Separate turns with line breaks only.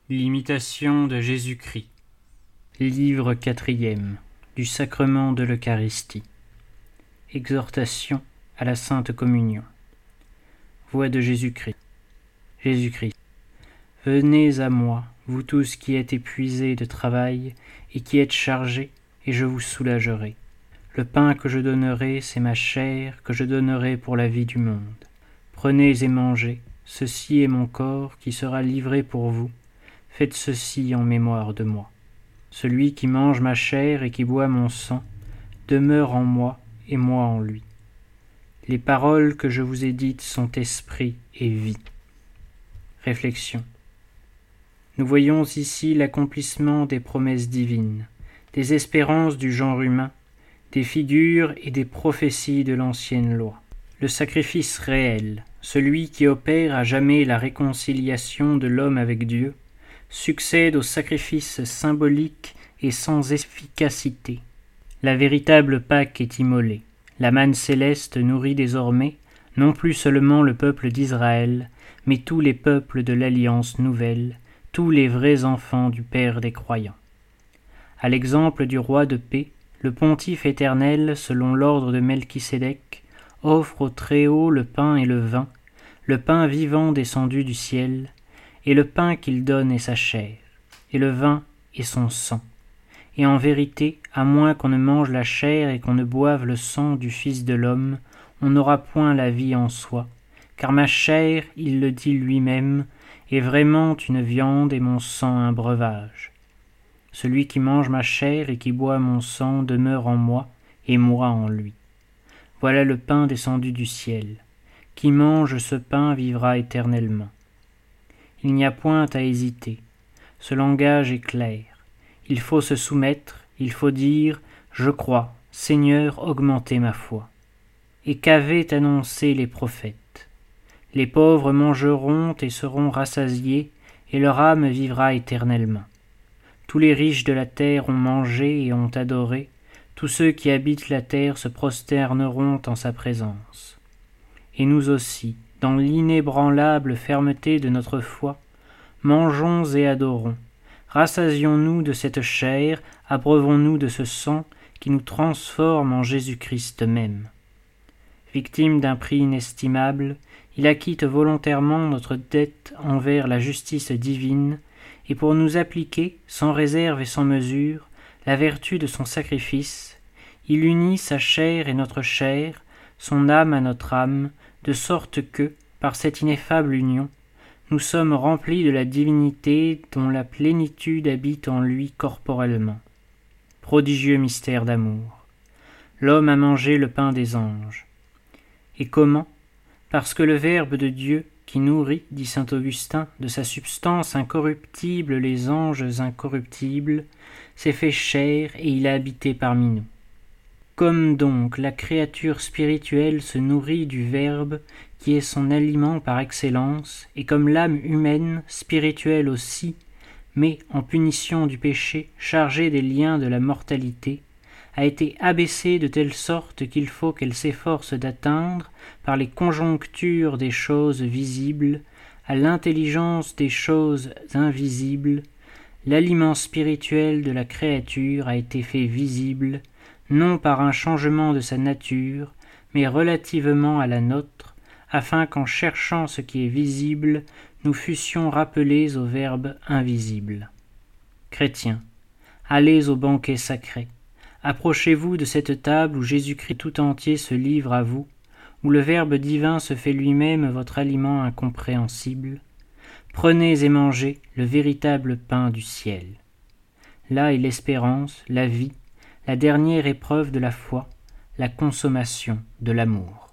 L'imitation de Jésus-Christ. Livre 4e du Sacrement de l'Eucharistie. Exhortation à la Sainte Communion. Voix de Jésus-Christ. Jésus-Christ. Venez à moi, vous tous qui êtes épuisés de travail et qui êtes chargés, et je vous soulagerai. Le pain que je donnerai, c'est ma chair que je donnerai pour la vie du monde. Prenez et mangez, ceci est mon corps qui sera livré pour vous. Faites ceci en mémoire de moi. Celui qui mange ma chair et qui boit mon sang demeure en moi et moi en lui. Les paroles que je vous ai dites sont esprit et vie. Réflexion. Nous voyons ici l'accomplissement des promesses divines, des espérances du genre humain, des figures et des prophéties de l'ancienne loi. Le sacrifice réel, celui qui opère à jamais la réconciliation de l'homme avec Dieu, succède au sacrifice symbolique et sans efficacité. La véritable Pâque est immolée. La manne céleste nourrit désormais non plus seulement le peuple d'Israël, mais tous les peuples de l'Alliance nouvelle, tous les vrais enfants du Père des croyants. À l'exemple du roi de paix, le pontife éternel, selon l'ordre de Melchisédek, offre au Très-Haut le pain et le pain vivant descendu du ciel, et le pain qu'il donne est sa chair, et le vin est son sang. Et en vérité, à moins qu'on ne mange la chair et qu'on ne boive le sang du Fils de l'homme, on n'aura point la vie en soi, car ma chair, il le dit lui-même, est vraiment une viande et mon sang un breuvage. Celui qui mange ma chair et qui boit mon sang demeure en moi, et moi en lui. Voilà le pain descendu du ciel. Qui mange ce pain vivra éternellement. Il n'y a point à hésiter. Ce langage est clair. Il faut se soumettre, il faut dire « Je crois, Seigneur, augmentez ma foi ». Et qu'avaient annoncé les prophètes. Les pauvres mangeront et seront rassasiés, et leur âme vivra éternellement. Tous les riches de la terre ont mangé et ont adoré. Tous ceux qui habitent la terre se prosterneront en sa présence. Et nous aussi, dans l'inébranlable fermeté de notre foi, mangeons et adorons. Rassasions-nous de cette chair, abreuvons-nous de ce sang qui nous transforme en Jésus-Christ même. Victime d'un prix inestimable, il acquitte volontairement notre dette envers la justice divine, et pour nous appliquer, sans réserve et sans mesure, la vertu de son sacrifice, il unit sa chair et notre chair, son âme à notre âme, de sorte que, par cette ineffable union, nous sommes remplis de la divinité dont la plénitude habite en lui corporellement. Prodigieux mystère d'amour. L'homme a mangé le pain des anges. Et comment ? Parce que le Verbe de Dieu, qui nourrit, dit saint Augustin, de sa substance incorruptible les anges incorruptibles, s'est fait chair et il a habité parmi nous. Comme donc la créature spirituelle se nourrit du Verbe, qui est son aliment par excellence, et comme l'âme humaine, spirituelle aussi, mais en punition du péché, chargée des liens de la mortalité, a été abaissée de telle sorte qu'il faut qu'elle s'efforce d'atteindre, par les conjonctures des choses visibles, à l'intelligence des choses invisibles, l'aliment spirituel de la créature a été fait visible, non par un changement de sa nature, mais relativement à la nôtre, afin qu'en cherchant ce qui est visible, nous fussions rappelés au Verbe invisible. Chrétiens, allez au banquet sacré. Approchez-vous de cette table où Jésus-Christ tout entier se livre à vous, où le Verbe divin se fait lui-même votre aliment incompréhensible. Prenez et mangez le véritable pain du ciel. Là est l'espérance, la vie, la dernière épreuve de la foi, la consommation de l'amour.